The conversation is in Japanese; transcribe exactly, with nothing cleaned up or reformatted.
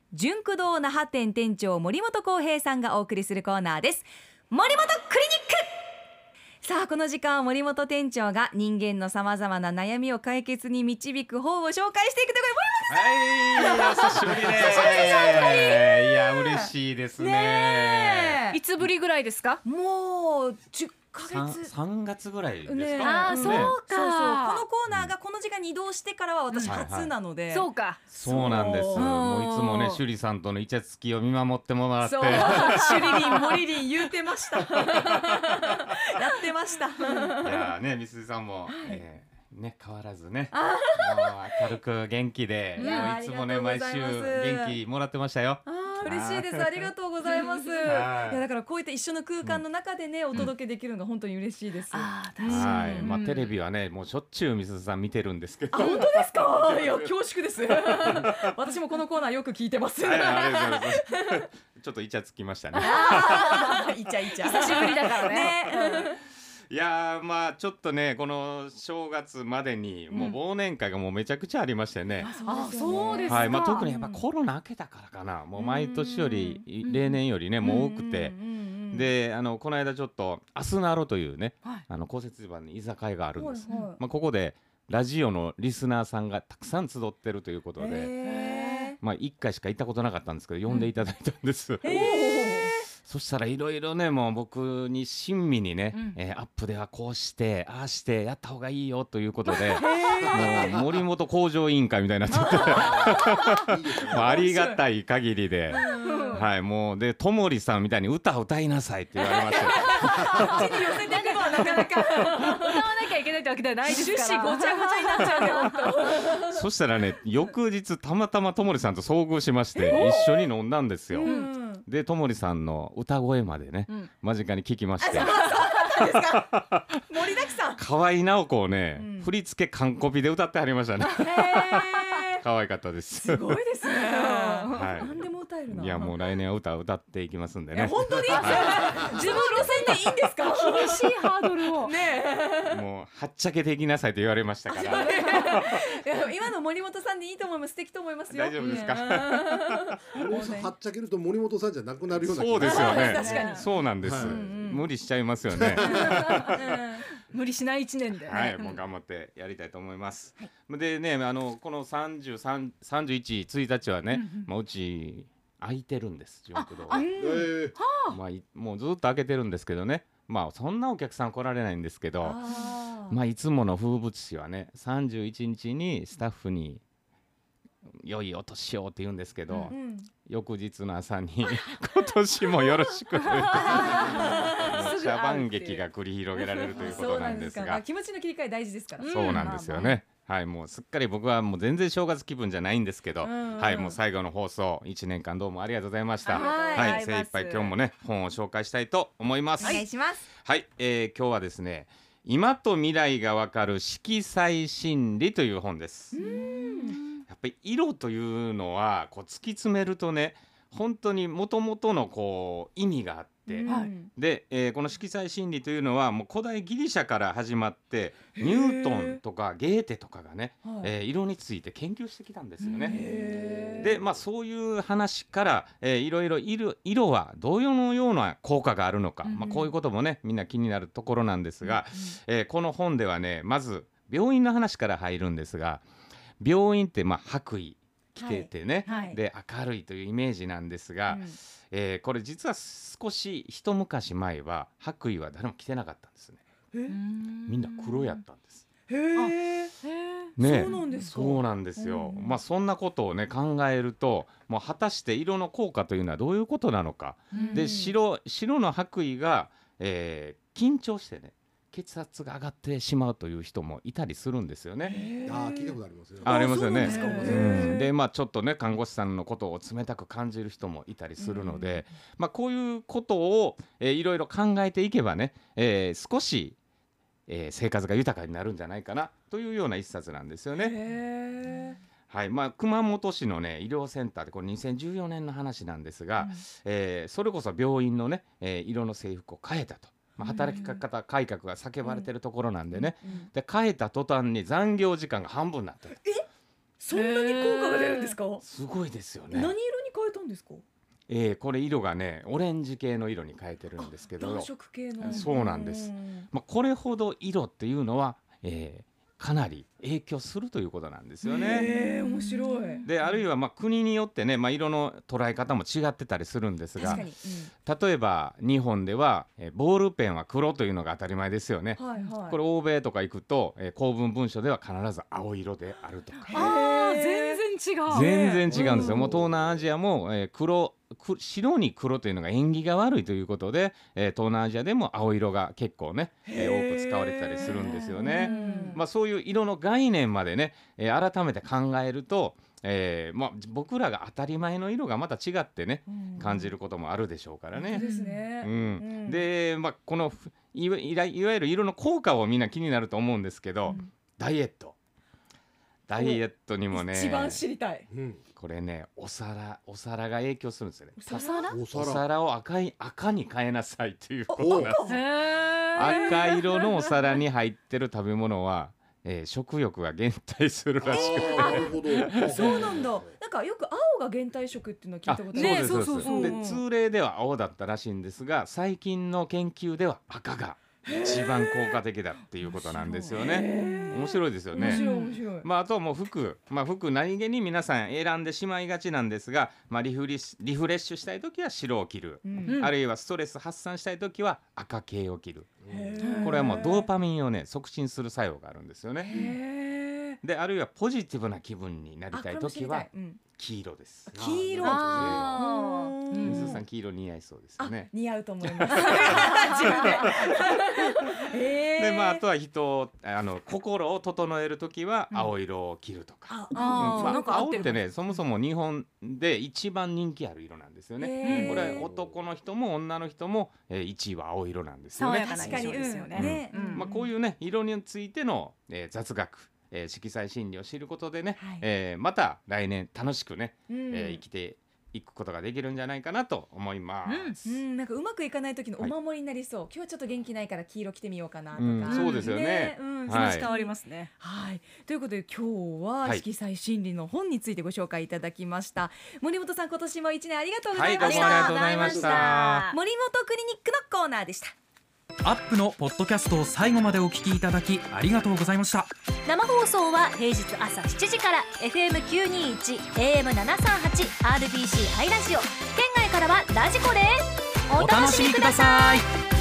純駆動那覇店店長森本康平さんがお送りするコーナーです。森本クリニック。さあこの時間は森本店長が人間のさまざまな悩みを解決に導く本を紹介していくということで、 はい、お久しぶりです。いや嬉しいですね。 ねいつぶりぐらいですか？ もうじゅっかげつさんがつぐらいですか、 ね、 あーそうか、 そうそう、このコーナーがこの時間に移動してからは私初なので、うんはいはい、 そうかそうなんです。もういつもね趣里さんとのイチャつきを見守ってもらって、 そう趣里りん森りん言うてましたやってましたいやねみすずさんも、えーね、変わらずねもう明るく元気でいもういつもね毎週元気もらってましたよ。 嬉しいです。ありがとうございます。いやだからこういった一緒の空間の中でね、うん、お届けできるのが本当に嬉しいです。うん、 あ確かに、はい、まあテレビはねもうしょっちゅうみすずさん見てるんですけど。 あ本当ですか？いや恐縮です私もこのコーナーよく聞いてます。 はい、ありがとうございます。ちょっとイチャつきましたね。 イチャイチャ久しぶりだからね。 ねいやーまあちょっとねこの正月までにもう忘年会がもうめちゃくちゃありましてね、 うん、あそうですか、 はいまあ、特にやっぱコロナ明けたからかな、うん、もう毎年より例年よりねもう多くて、であのこの間ちょっとアスナロというね、はい、あの公設地盤に居酒屋があるんです、はいはいまあ、ここでラジオのリスナーさんがたくさん集ってるということで、まあ、いっかいしか行ったことなかったんですけど呼んでいただいたんです、うんそしたらいろいろねもう僕に親身にね、うんえー、アップではこうしてああしてやった方がいいよということでもう森本向上委員会みたいになっててありがたい限りで、はい、もうでともりさんみたいに歌を歌いなさいって言われましたこっちに寄せていくのはなかなか歌わなきゃいけないってわけではないですから趣旨ごちゃごちゃになっちゃうね本当そしたらね翌日たまたまともりさんと遭遇しまして一緒に飲んだんですよ、うんでともりさんの歌声までね、うん、間近に聞きましてそうなんですか盛りだくさん河合直子をね、うん、振り付け完コピで歌ってはりましたね可愛かったです。 すごいですね、はい、何でも歌えるな。 いやもう来年は歌を歌っていきますんでね。 本当に、はい、自分路線でいいんですか厳しいハードルをねもうはっちゃけていきなさいと言われましたからいや今の森本さんでいいと思います。素敵と思いますよ。 大丈夫ですか、ね、 森本さんはっちゃけると森本さんじゃなくなるような気がそうですよね。 確かにそうなんです、はい、無理しちゃいますよね無理しない一年で、ね、 はいもう頑張ってやりたいと思います、はい、でねあのこのさんじゅうさん、さんじゅういち、ついたちはね、うんうんまあ、うち空いてるんです純駆動は、まあ、もうずっと開けてるんですけどねまあそんなお客さん来られないんですけどあまあいつもの風物詩はねさんじゅういちにちにスタッフに良いお年しようって言うんですけど、うん、翌日の朝に今年もよろしく茶番劇が繰り広げられるということなんですが気持ちの切り替え大事ですからそうなんですよね、まあまあはい、もうすっかり僕はもう全然正月気分じゃないんですけど、うんうん、はい、もう最後の放送いちねんかんどうもありがとうございました。はい、はい、精一杯今日もね本を紹介したいと思います。 お願いします。 はい、えー、今日はですね今と未来がわかる色彩心理という本です。うんやっぱり色というのはこう突き詰めるとね本当に元々のこう意味があって、うん、で、えー、この色彩心理というのはもう古代ギリシャから始まってニュートンとかゲーテとかがね、えー、色について研究してきたんですよね。で、まあ、そういう話から、えー、いろいろ色、色はどういうような効果があるのか、うんまあ、こういうこともねみんな気になるところなんですが、うんえー、この本ではねまず病院の話から入るんですが病院ってまあ白衣着ててね、はいはい、で明るいというイメージなんですが、うんえー、これ実は少し一昔前は白衣は誰も着てなかったんですね。みんな黒やったんです。 へーね、 そうなんですか。 そうなんですよ、うんまあ、そんなことをね考えるともう果たして色の効果というのはどういうことなのか、うん、で 白, 白の白衣が、えー、緊張してね血圧が上がってしまうという人もいたりするんですよね。 あ聞いたことありますよ。 ありますよね。うんでまあちょっとね看護師さんのことを冷たく感じる人もいたりするので、まあ、こういうことを、えー、いろいろ考えていけばね、えー、少し、えー、生活が豊かになるんじゃないかなというような一冊なんですよね。へはいまあ、熊本市の、ね、医療センターでこれにせんじゅうよねんの話なんですが、うんえー、それこそ病院の、ねえー、色の制服を変えたと。まあ、働き方改革が叫ばれてるところなんでね、うんうん、で変えた途端に残業時間が半分になった。 えそんなに効果が出るんですか？ すごいですよね。 何色に変ですか？ えー、これ色がねオレンジ系の色に変えてるんですけど、 暖色系の。 そうなんです。まあ、これほど色っていうのは、えーかなり影響するということなんですよね。 へー、面白い。 であるいはまあ国によってね、まあ、色の捉え方も違ってたりするんですが、 確かに、 例えば日本では、えーボールペンは黒というのが当たり前ですよね。 うん、はいはい。 これ欧米とか行くと、えー公文文書では必ず青色であるとか、 あー全然違う。 全然違うんですよ。 うんもう東南アジアも、えー黒く白に黒というのが縁起が悪いということで、えー東南アジアでも青色が結構ね、えー多く使われてたりするんですよね。 うんまあ、そういう色の概念までね、えー改めて考えると、えーまあ、僕らが当たり前の色がまた違ってね感じることもあるでしょうからね。 ですね。 うんうんで、まあ、このふいわいわいわゆる色の効果をみんな気になると思うんですけど、 うんダイエットダイエットにもね一番知りたい。 うん、 これねお皿お皿が影響するんですよね。 お皿？ おお皿皿を赤い赤に変えなさいということなんです。 へー赤色のお皿に入ってる食べ物は、えー食欲が減退するらしくて、 あーなるほど。 そうなんだ。なんかよく青が減退色っていうのを聞いたことある。 そうですねそうです。 そうそうそうで通例では青だったらしいんですが、最近の研究では赤が一番効果的だっていうことなんですよね。面白いですよね。 面白い面白い。 まあ、あとはもう服、まあ、服何気に皆さん選んでしまいがちなんですが、まあ、リフリッリフレッシュしたいときは白を着る、 うんうんあるいはストレス発散したいときは赤系を着る。 へーこれはもうドーパミンをね促進する作用があるんですよね。 へーであるいはポジティブな気分になりたいときはあこれも知りたいうん黄色です。 黄色。 あーうん水さん黄色似合いそうですよあね。 似合うと思います。自分で。へーでまあ、あとは人をあの心を整えるときは青色を着るとか、 あうんあーまあ、 なんか合ってる青ってねそもそも日本で一番人気ある色なんですよへね。 ーこれ男の人も女の人も、えー、いちいは青色なんですよね。 爽やかな印象ですよね。 確かにうんねうんまあ、こういうね色についての、えー雑学、えー色彩心理を知ることでね、 はいえーまた来年楽しくね、 うんえー生きていくことができるんじゃないかなと思います。 うん、なんかうまくいかない時のお守りになりそう、今日はちょっと元気ないから黄色着てみようかなとか、 うんそうですよねうん、 はい気持ち変わりますね。 はい、ということで今日ははい色彩心理の本についてご紹介いただきました。森本さん、今年も一年ありがとうございました。 はいどうもありがとうございました森本クリニックのコーナーでした。 アップのポッドキャストを最後までお聞きいただきありがとうございました。 生放送は平日朝しちじから エフエムきゅうにいち エーエムななさんはち アールビーシー ハイラジオ、県外からはラジコです。 お楽しみください。